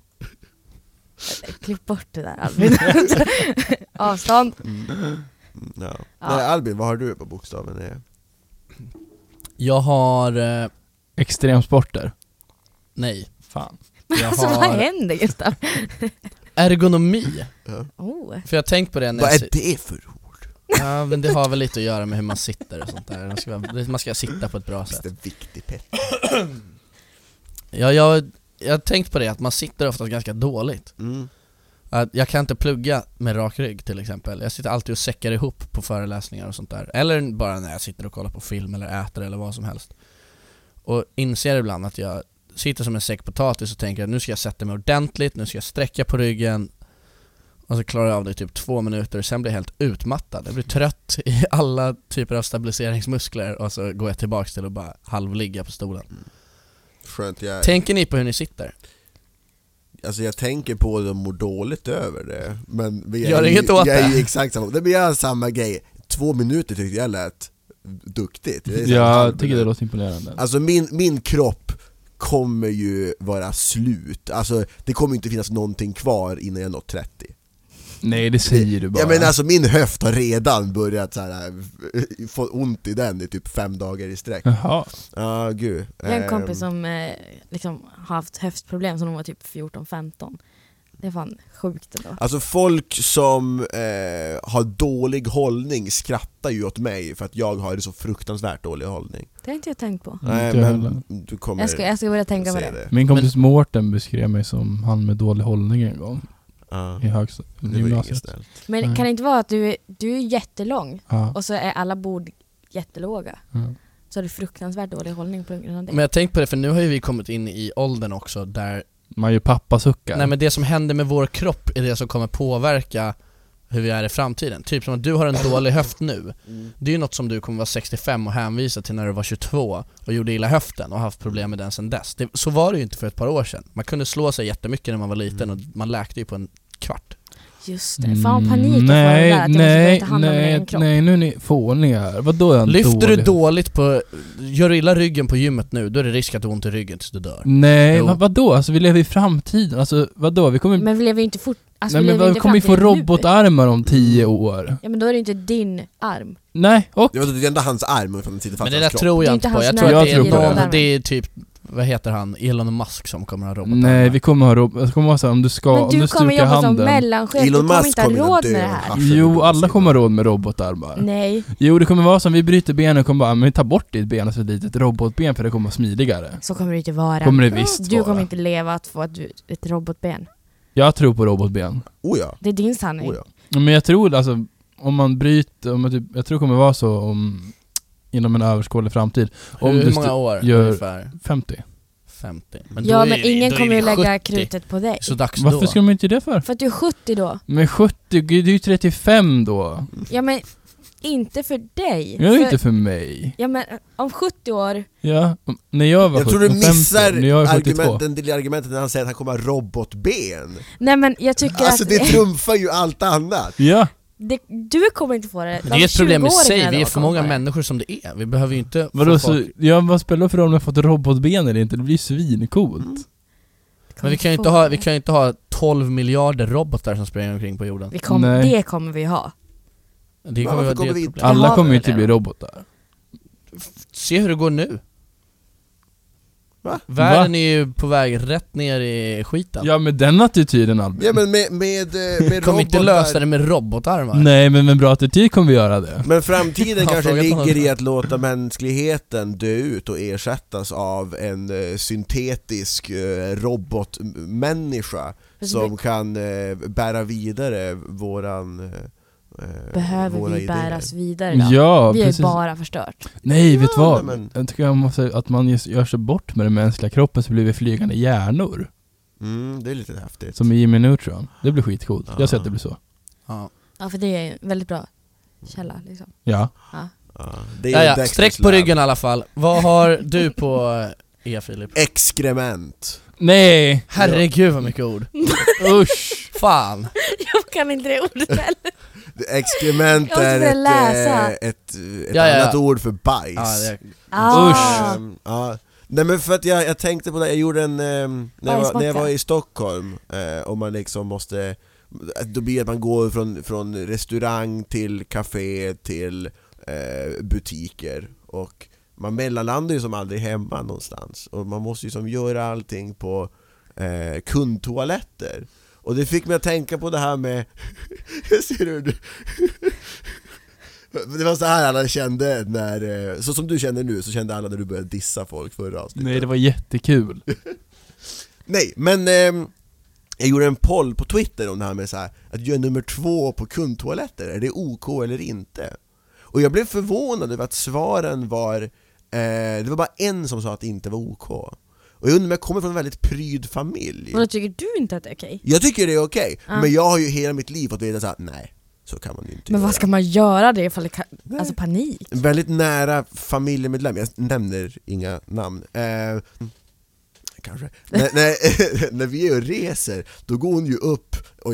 Speaker 2: Klipp bort det där, Albin. Avstånd.
Speaker 3: Ja.
Speaker 2: Ja.
Speaker 3: Nej, Albin, vad har du på bokstaven?
Speaker 4: Jag har...
Speaker 1: Extremsporter.
Speaker 4: nej.
Speaker 1: Fan.
Speaker 4: Jag
Speaker 2: Alltså vad
Speaker 4: har
Speaker 2: händer, Gustav?
Speaker 4: ergonomi.
Speaker 2: Oh.
Speaker 4: För jag har tänkt på det när
Speaker 3: Vad
Speaker 4: jag
Speaker 3: är det för ord?
Speaker 4: Ja, men det har väl lite att göra med hur man sitter och sånt där. Man ska sitta på ett bra
Speaker 3: Det
Speaker 4: sätt.
Speaker 3: är viktigt, Petter.
Speaker 4: Ja, jag har tänkt på det, att man sitter oftast ganska dåligt. Att jag kan inte plugga med rak rygg till exempel. Jag sitter alltid och säckar ihop på föreläsningar och sånt där. Eller bara när jag sitter och kollar på film eller äter eller vad som helst. Och inser ibland att jag sitter som en säck potatis och tänker att nu ska jag sätta mig ordentligt, nu ska jag sträcka på ryggen. Och så klarar jag av det i typ 2 minuter. Sen blir jag helt utmattad. Jag blir trött i alla typer av stabiliseringsmuskler. Och så går jag tillbaka till att bara halvligga på stolen.
Speaker 3: Skönt,
Speaker 4: Tänker ni på hur ni sitter?
Speaker 3: Alltså jag tänker på det och mår dåligt över det. Men
Speaker 4: Gör inget åt
Speaker 3: jag är ju
Speaker 4: det.
Speaker 3: exakt samma. Det blir samma grej. 2 minuter tyckte jag lät duktigt. Det är så
Speaker 1: Jag tycker det låter imponerande.
Speaker 3: Alltså min kropp kommer ju vara slut. Alltså det kommer inte finnas någonting kvar innan jag nått 30.
Speaker 1: Nej, det säger du bara.
Speaker 3: Ja men alltså min höft har redan börjat så här, få ont i den i typ 5 dagar i sträck.
Speaker 1: Jaha.
Speaker 3: Ja, gud.
Speaker 2: Jag har en kompis som liksom har haft höftproblem som hon var typ 14-15. Det är fan sjukt ändå.
Speaker 3: Alltså folk som har dålig hållning skrattar ju åt mig för att jag har så fruktansvärt dålig hållning.
Speaker 2: Det har inte jag tänkt på.
Speaker 3: Nej,
Speaker 1: Inte jag
Speaker 3: men du kommer
Speaker 2: Jag ska börja tänka på
Speaker 3: se
Speaker 2: det.
Speaker 1: Min kompis Mårten beskrev mig som han med dålig hållning en gång.
Speaker 3: Ja.
Speaker 1: I
Speaker 3: Det var ju inget
Speaker 1: gymnasiet.
Speaker 3: snällt.
Speaker 2: Men
Speaker 1: Nej.
Speaker 2: kan det inte vara att du är jättelång
Speaker 1: Ja.
Speaker 2: och så är alla bord jättelåga?
Speaker 1: Ja.
Speaker 2: Så har du fruktansvärt dålig hållning på grund av det.
Speaker 4: Men jag tänkt på det, för nu har ju vi kommit in i åldern också där
Speaker 1: Man gör pappasuckar.
Speaker 4: nej, men det som händer med vår kropp är det som kommer påverka hur vi är i framtiden. Typ som att du har en dålig höft nu. Det är ju något som du kommer vara 65 och hänvisa till när du var 22 och gjorde illa höften och haft problem med den sedan dess. Så var det ju inte för ett par år sedan. Man kunde slå sig jättemycket när man var liten och man läkte ju på en kvart.
Speaker 2: Just det, fan panik att få det där, att jag måste börja ta hand om min egen kropp.
Speaker 1: Nej, nu är ni fåniga. Vadå är han
Speaker 4: Lyfter
Speaker 1: dålig?
Speaker 4: du dåligt på, gör du illa ryggen på gymmet nu, då är det risk att du har ont i ryggen tills du dör.
Speaker 1: Nej,
Speaker 4: Jo.
Speaker 1: vadå? Alltså vi lever i framtiden. Alltså vadå? Vi kommer...
Speaker 2: Men vi lever ju inte fort. Alltså,
Speaker 1: nej,
Speaker 2: vi
Speaker 1: men
Speaker 2: lever
Speaker 1: vi
Speaker 2: inte
Speaker 1: kommer ju få
Speaker 2: framtiden nu.
Speaker 1: robotarmar om 10 år.
Speaker 2: Ja, men då är det inte din arm.
Speaker 1: Nej, och?
Speaker 3: Det är ändå hans arm för att sitter fast
Speaker 4: Men det
Speaker 3: i
Speaker 4: där
Speaker 3: hans kropp.
Speaker 4: tror
Speaker 2: Det är
Speaker 4: jag
Speaker 2: inte
Speaker 4: inte på.
Speaker 2: hans
Speaker 4: Jag tror
Speaker 1: nerv,
Speaker 4: att det
Speaker 1: jag tror på
Speaker 4: är
Speaker 1: det.
Speaker 4: någon, det är typ, vad heter han? Elon Musk som kommer att ha robotar.
Speaker 1: Nej, vi kommer ha det kommer vara så här, om du ska,
Speaker 2: Men
Speaker 1: om
Speaker 2: du
Speaker 1: du
Speaker 2: kommer
Speaker 1: stukar
Speaker 2: jobba som
Speaker 1: handen.
Speaker 2: mellanchef, du
Speaker 3: Elon
Speaker 2: kommer
Speaker 3: Musk
Speaker 2: inte ha
Speaker 3: kommer
Speaker 2: råd
Speaker 3: dö
Speaker 2: med det
Speaker 3: av
Speaker 2: här.
Speaker 3: hasch.
Speaker 1: Jo, alla kommer ha råd med robotarmar.
Speaker 2: Nej,
Speaker 1: Jo, det kommer vara som vi bryter benen och kommer bara, men ta bort ditt ben och så ett litet robotben för det kommer vara smidigare.
Speaker 2: så kommer det inte vara.
Speaker 1: Kommer det visst
Speaker 2: Du
Speaker 1: vara.
Speaker 2: kommer inte leva att få ett robotben.
Speaker 1: Jag tror på robotben.
Speaker 3: Oh ja.
Speaker 2: Det är din sanning.
Speaker 3: Oh ja.
Speaker 1: Men jag tror alltså, om man bryter, om man typ, jag tror det kommer vara så om inom en överskådlig framtid. Om
Speaker 4: Hur
Speaker 1: du
Speaker 4: många år
Speaker 1: gör
Speaker 4: ungefär?
Speaker 1: 50.
Speaker 4: 50.
Speaker 2: Ja,
Speaker 4: då
Speaker 2: men
Speaker 4: är vi-
Speaker 2: ingen
Speaker 4: då är
Speaker 2: kommer
Speaker 4: vi
Speaker 2: ju lägga
Speaker 4: 70.
Speaker 2: krutet på dig.
Speaker 4: Så dags
Speaker 1: Varför
Speaker 4: då.
Speaker 1: ska de inte göra det för?
Speaker 2: För att du är 70 då.
Speaker 1: Men 70, det är ju 35 då.
Speaker 2: Ja, men inte för dig.
Speaker 1: Jag är inte för mig.
Speaker 2: Ja, men om 70 år.
Speaker 1: Ja, när jag var
Speaker 3: Jag tror du
Speaker 1: 50,
Speaker 3: missar
Speaker 1: när jag var 72.
Speaker 3: den lilla argumentet när han säger att han kommer ha robotben.
Speaker 2: Nej, men jag tycker
Speaker 3: Alltså
Speaker 2: att
Speaker 3: det trumfar ju allt annat.
Speaker 1: Ja,
Speaker 2: du kommer inte få det.
Speaker 4: Men det är ett problem i sig, vi är
Speaker 2: då
Speaker 4: för
Speaker 2: kommer
Speaker 4: många
Speaker 2: få det.
Speaker 4: människor som det är. Vi behöver ju inte
Speaker 1: vadå
Speaker 4: få
Speaker 1: så,
Speaker 4: folk.
Speaker 1: ja, vad spelar det för roll om jag fått robotben eller inte? Det blir ju svincoolt.
Speaker 4: Men vi kan ju inte ha 12 miljarder robotar som springer omkring på jorden.
Speaker 2: Det
Speaker 1: Nej.
Speaker 2: kommer vi ha.
Speaker 4: Det
Speaker 3: varför
Speaker 4: kommer
Speaker 3: kommer
Speaker 4: vara
Speaker 3: vi
Speaker 4: ett
Speaker 3: inte-
Speaker 4: problem.
Speaker 1: Alla
Speaker 2: har
Speaker 1: kommer
Speaker 2: vi
Speaker 1: ju inte
Speaker 2: det
Speaker 1: bli
Speaker 2: då?
Speaker 1: robotar.
Speaker 4: Se hur det går nu.
Speaker 3: Va?
Speaker 4: Världen är ju på väg rätt ner i skiten.
Speaker 1: Ja, med den attityden Albin.
Speaker 3: Ja men med
Speaker 4: Kommer inte
Speaker 3: robotar.
Speaker 4: lösa det med robotarmar.
Speaker 1: Nej, men med bra attityd kommer vi göra det.
Speaker 3: Men framtiden
Speaker 4: Jag
Speaker 3: kanske
Speaker 4: frågat
Speaker 3: ligger
Speaker 4: honom.
Speaker 3: i att låta mänskligheten dö ut och ersättas av en syntetisk robotmänniska som kan bära vidare våran
Speaker 2: Behöver
Speaker 3: våra
Speaker 2: vi
Speaker 3: idéer.
Speaker 2: bäras vidare då?
Speaker 1: Ja,
Speaker 2: vi är
Speaker 1: precis.
Speaker 2: bara förstört.
Speaker 1: Nej, vet du vad?
Speaker 3: men-
Speaker 1: Jag tycker att man gör sig bort med den mänskliga kroppen så blir vi flygande hjärnor.
Speaker 3: det är lite häftigt.
Speaker 1: Som i Jimmy Neutron. Det blir skitcoolt.
Speaker 3: Ja.
Speaker 1: Jag säger att det blir så.
Speaker 4: Ja.
Speaker 2: Ja, för det är en väldigt bra källa liksom.
Speaker 1: Ja.
Speaker 2: Ja.
Speaker 3: Ja, det är
Speaker 4: Ja,
Speaker 3: Dexter's
Speaker 4: sträck på
Speaker 3: Lab.
Speaker 4: ryggen i alla fall. Vad har du på Filip?
Speaker 3: Exkrement.
Speaker 1: Nej!
Speaker 4: Herregud vad mycket ord.
Speaker 1: Usch!
Speaker 4: Fan.
Speaker 2: Jag kan inte det ordet heller.
Speaker 3: Exkrement
Speaker 2: Jag
Speaker 3: är
Speaker 2: måste läsa.
Speaker 3: ett annat ord för bajs.
Speaker 2: Ah.
Speaker 3: Ja. Nej men för att jag tänkte på det, jag gjorde en när jag var i Stockholm och man liksom måste, då blir det att man går från restaurang till café till butiker, och man mellanlandar ju som aldrig hemma någonstans, och man måste ju som göra allting på kundtoaletter. Och det fick mig att tänka på det här med jag ser hur du det var så här alla kände när, så som du känner nu, så kände alla när du började dissa folk förra avsnittet.
Speaker 1: Nej, det var jättekul.
Speaker 3: Nej, men jag gjorde en poll på Twitter om det här med så här, att göra nummer 2 på kundtoaletter, är det OK eller inte? Och jag blev förvånad över att svaren var det var bara en som sa att det inte var OK. Och jag undrar om jag kommer från en väldigt pryd familj.
Speaker 2: Och då tycker du inte att det är okej?
Speaker 3: Jag tycker det är okej, men jag har ju hela mitt liv fått veta så här: nej, så kan man ju inte
Speaker 2: Men
Speaker 3: göra.
Speaker 2: vad ska man göra det ifall det alltså panik?
Speaker 3: En väldigt nära familjemedlem, jag nämner inga namn, kanske när vi är och reser, då går hon ju upp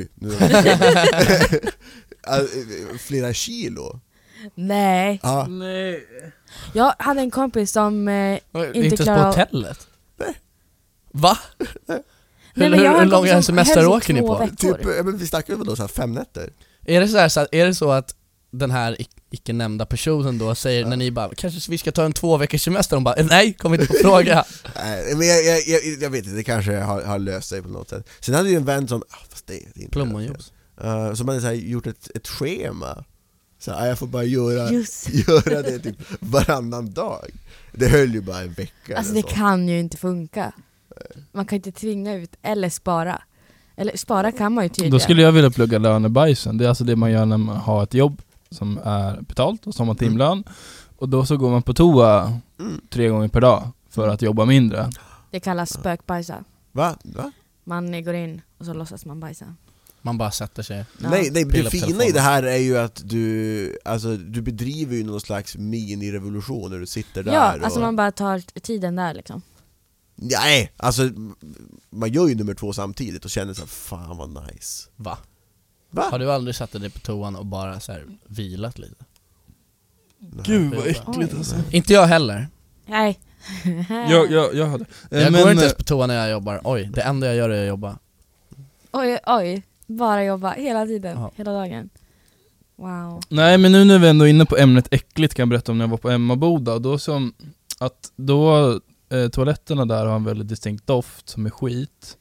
Speaker 3: flera kilo.
Speaker 2: Nej.
Speaker 3: Ja.
Speaker 1: Nej.
Speaker 2: Jag hade en kompis som
Speaker 4: inte
Speaker 2: klarade
Speaker 4: på
Speaker 2: av...
Speaker 4: hotellet? Va?
Speaker 2: Nej, men jag har
Speaker 4: Hur
Speaker 2: en
Speaker 4: långa
Speaker 2: kompis som
Speaker 4: semester
Speaker 2: höll i
Speaker 4: åker ni
Speaker 2: 2
Speaker 4: på?
Speaker 2: veckor.
Speaker 3: Typ, men vi snackar väl då så här 5 nätter.
Speaker 4: Är det så att den här icke nämnda personen då säger när ni bara, kanske vi ska ta en 2 veckors semester, de bara, nej, kom inte på fråga.
Speaker 3: Nej, men jag vet inte, det kanske har löst sig på något sätt. Sen hade ju en vän som, fast det är inte
Speaker 4: Plommonjuice.
Speaker 3: som hade så här gjort ett schema. Så här, jag får bara göra det typ varannan dag. Det höll ju bara en vecka.
Speaker 2: Alltså
Speaker 3: eller
Speaker 2: det
Speaker 3: så.
Speaker 2: kan ju inte funka. Man kan inte tvinga ut eller spara. Eller spara kan man ju tydligen.
Speaker 1: Då skulle jag vilja plugga lönebajsen. Det är alltså det man gör när man har ett jobb som är betalt och som har timlön. Och då så går man på toa 3 gånger per dag för att jobba mindre.
Speaker 2: Det kallas spökbajsa.
Speaker 3: Va?
Speaker 2: Man går in och så låtsas man bajsa.
Speaker 4: Man bara sätter sig.
Speaker 2: Ja.
Speaker 3: Nej, det
Speaker 4: Pilla på
Speaker 3: fina
Speaker 4: telefonen.
Speaker 3: i det här är ju att du bedriver ju någon slags mini-revolution när du sitter där.
Speaker 2: Ja, alltså man bara tar tiden där liksom.
Speaker 3: Nej, alltså man gör ju nummer 2 samtidigt och känner så här, fan vad nice.
Speaker 4: Va?
Speaker 3: Va?
Speaker 4: Har du aldrig satt dig på toan och bara så här vilat lite?
Speaker 1: Gud vad äckligt
Speaker 2: Oj.
Speaker 1: alltså.
Speaker 4: Inte jag heller.
Speaker 2: Nej.
Speaker 1: Jag hade.
Speaker 4: Jag går inte ens på toan när jag jobbar. Oj, det enda jag gör är att jobba.
Speaker 2: Oj. Bara jobba hela tiden,
Speaker 4: Ja.
Speaker 2: hela dagen. Wow.
Speaker 1: Nej, men nu när vi ändå är inne på ämnet äckligt kan jag berätta om när jag var på Emmaboda. Och då som att då toaletterna där har en väldigt distinkt doft som är skit.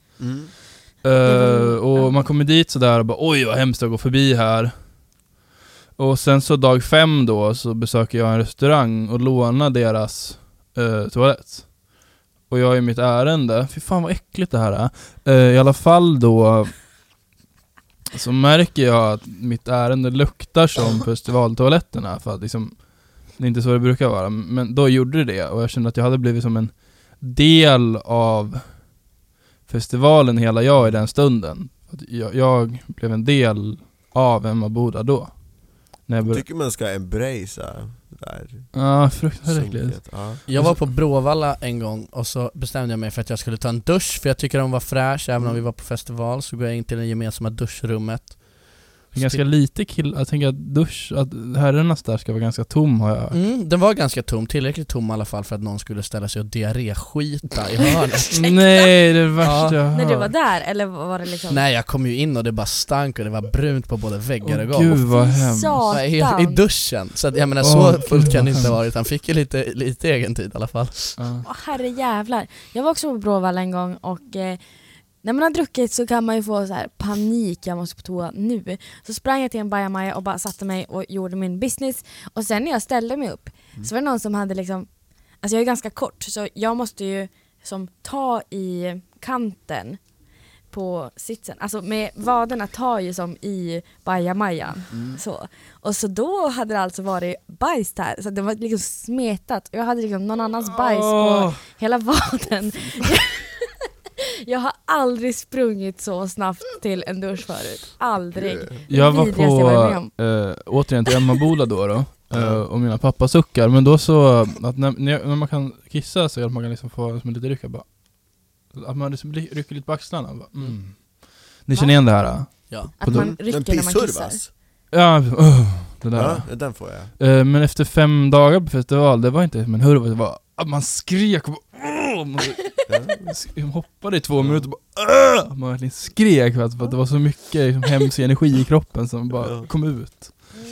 Speaker 1: Och man kommer dit sådär och bara, oj vad hemskt att gå förbi här. Och sen så dag 5 då så besöker jag en restaurang och lånar deras toalett. Och jag är i mitt ärende, fy fan vad äckligt det här är. I alla fall då så märker jag att mitt ärende luktar som festivaltoaletterna, för att liksom, det är inte så det brukar vara. Men då gjorde det, och jag kände att jag hade blivit som en del av festivalen hela jag i den stunden. Att jag blev en del av Emmaboda då. När jag
Speaker 3: Tycker man ska embracea där.
Speaker 1: Ja, fruktansvärt äckligt.
Speaker 3: Sunkigt, ja.
Speaker 4: Jag var på Bråvalla en gång och så bestämde jag mig för att jag skulle ta en dusch, för jag tycker de var fräsch. Även om vi var på festival så går jag in till det gemensamma duschrummet.
Speaker 1: Det är ganska lite jag tänker att herrarnas där ska vara ganska tom, har jag hört.
Speaker 4: Den var ganska tom, tillräckligt tom i alla fall för att någon skulle ställa sig och diarréskita i hörnet.
Speaker 1: Nej, det är det värsta jag har
Speaker 2: När du var
Speaker 1: hört.
Speaker 2: där, eller var det liksom...
Speaker 4: Nej, jag kom ju in och det bara stank och det var brunt på både väggar och golv.
Speaker 1: Gud vad hemskt.
Speaker 2: Satan.
Speaker 4: I duschen, så att, jag menar så fullt kan det inte ha varit. Han fick ju lite egen tid i alla fall.
Speaker 2: Herre jävlar. Jag var också på Bråvalla en gång och när man har druckit så kan man ju få så här panik, jag måste på toa nu. Så sprang jag till en bajamaja och bara satte mig och gjorde min business. Och sen när jag ställde mig upp så var det någon som hade liksom, alltså jag är ganska kort så jag måste ju som ta i kanten på sitsen. Alltså med vaderna tar ju som i bajamajan. Så. Och så då hade det alltså varit bajs där. Så det var liksom smetat. Jag hade liksom någon annans bajs på hela vaden. Jag har aldrig sprungit så snabbt till en dusch förut. Aldrig.
Speaker 1: Jag var
Speaker 2: Vidrigaste jag varit med om.
Speaker 1: på, återigen till Emmaboda då. Och mina pappa suckar. Men då så, att när man kan kissa så att man kan liksom få som en lite rycka bara. Att man liksom rycker lite på axlarna. Bara, Ni känner igen det här?
Speaker 4: Ja.
Speaker 2: Att man rycker
Speaker 3: Men
Speaker 2: när man kissar.
Speaker 3: pissurvas?
Speaker 1: Ja, det där.
Speaker 3: Ja, den får jag.
Speaker 1: Men efter 5 dagar på festival, det var inte som en hurva, det var att man skrek och man hoppade i 2 minuter och bara, man verkligen skrek för att det var så mycket liksom, hemsk energi i kroppen som bara kom ut.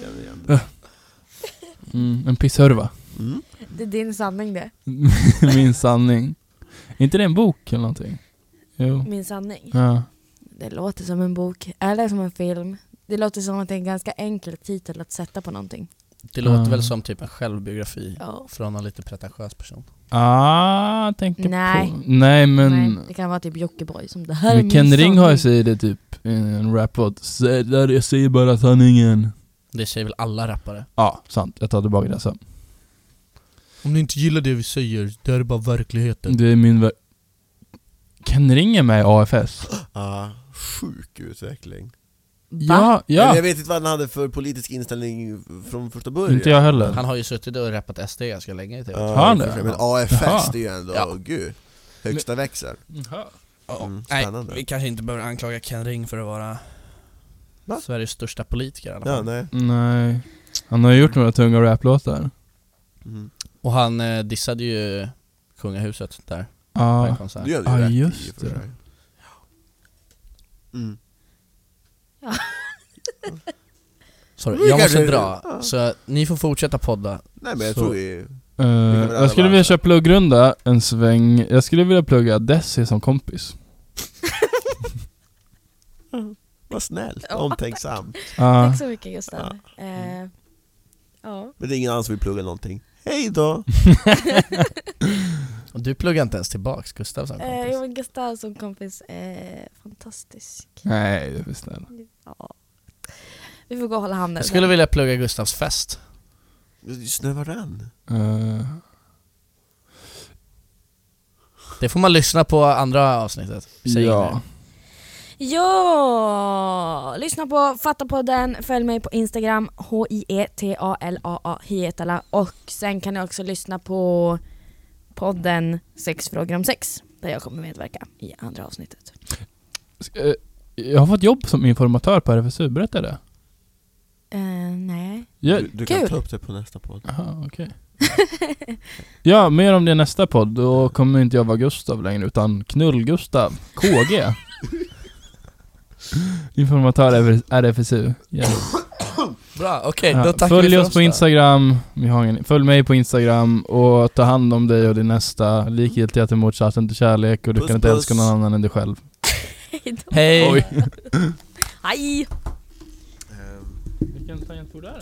Speaker 1: En pisshurva.
Speaker 2: Det är din sanning det.
Speaker 1: Min sanning. Inte det en bok eller någonting? Jo.
Speaker 2: Min sanning.
Speaker 1: Ja.
Speaker 2: Det låter som en bok eller som en film. Det låter som att det är en ganska enkel titel att sätta på någonting.
Speaker 4: Det låter väl som typ en självbiografi
Speaker 2: Ja.
Speaker 4: från en lite pretentiös person.
Speaker 1: Tänker
Speaker 2: Nej.
Speaker 1: på. Nej, men
Speaker 2: Nej, det kan vara typ Jockiboi som det här är min
Speaker 1: Ken Ring har ju
Speaker 2: sanning.
Speaker 1: sagt det typ i en rap-podd. Jag säger bara sanningen.
Speaker 4: Det säger väl alla rappare.
Speaker 1: Ja, sant. Jag tar tillbaka det sen.
Speaker 4: Om ni inte gillar det vi säger, det är bara verkligheten.
Speaker 1: Det är min Ken Ring är med i AFS.
Speaker 3: Sjuk utveckling.
Speaker 1: Ja.
Speaker 3: Eller jag vet inte vad han hade för politisk inställning från första början.
Speaker 1: Inte jag heller.
Speaker 4: Han har ju suttit och rappat SD ganska länge i TV.
Speaker 3: Ja,
Speaker 1: Har han det?
Speaker 3: men AFS
Speaker 1: Jaha.
Speaker 3: det är ju ändå,
Speaker 4: Ja.
Speaker 3: gud, högsta växel.
Speaker 4: Nej,
Speaker 3: Spännande.
Speaker 4: vi kanske inte behöver anklaga Ken Ring för att vara Sveriges största politiker i alla fall.
Speaker 3: Ja, nej.
Speaker 1: Nej. Han har ju gjort några tunga raplåtar.
Speaker 4: Och han dissade ju kungahuset där på en
Speaker 1: Ja.
Speaker 4: konsert.
Speaker 3: Du gör det ju rätt
Speaker 1: just
Speaker 3: i för
Speaker 1: det.
Speaker 3: sig.
Speaker 4: Sorry,
Speaker 3: Vi
Speaker 4: jag måste
Speaker 3: kanske-
Speaker 4: dra.
Speaker 3: ja.
Speaker 4: Så ni får fortsätta podda.
Speaker 3: Nej, men jag
Speaker 4: Så-
Speaker 3: tror vi...
Speaker 1: Jag skulle vilja köra pluggrunda en sväng. Jag skulle vilja plugga Desi som kompis.
Speaker 3: Vad snällt,
Speaker 2: Ja.
Speaker 3: omtänksam.
Speaker 2: Tack så mycket Gustav. Ja.
Speaker 3: Men det är ingen annan som vill plugga någonting. Hej då!
Speaker 4: Och du pluggar inte ens tillbaks, Gustav som kompis.
Speaker 2: Jo, men Gustav som kompis är fantastisk.
Speaker 1: Nej, det är för snäll.
Speaker 2: Ja. Vi får gå och hålla handen.
Speaker 4: Jag skulle vilja plugga Gustavs fest.
Speaker 3: Snövar den?
Speaker 4: Det får man lyssna på andra avsnittet. Säg
Speaker 1: Ja.
Speaker 4: det.
Speaker 2: Ja, lyssna på Fattapodden, följ mig på Instagram HIETALAA och sen kan ni också lyssna på podden 6 frågor om sex där jag kommer medverka i andra avsnittet.
Speaker 1: Jag har fått jobb som informatör på RFSU, berätta det.
Speaker 2: Nej.
Speaker 3: Du kan
Speaker 2: Kul.
Speaker 3: ta upp det på nästa podd.
Speaker 1: Aha, okej. Ja, mer om det nästa podd. Då kommer inte jag vara Gustav längre utan Knull-Gustav, KG. Informatör RFSU. Yes.
Speaker 4: Bra, okej, då tackar vi
Speaker 1: Följ
Speaker 4: för
Speaker 1: oss på
Speaker 4: då.
Speaker 1: Instagram. Följ mig på Instagram och ta hand om dig och din nästa. Likgiltighet emot chatten till kärlek och du
Speaker 3: Puss,
Speaker 1: kan inte
Speaker 3: puss.
Speaker 1: älska någon annan än dig själv.
Speaker 4: Hej!
Speaker 1: Oj.
Speaker 2: Hej!
Speaker 1: Vilken tangentbord är det?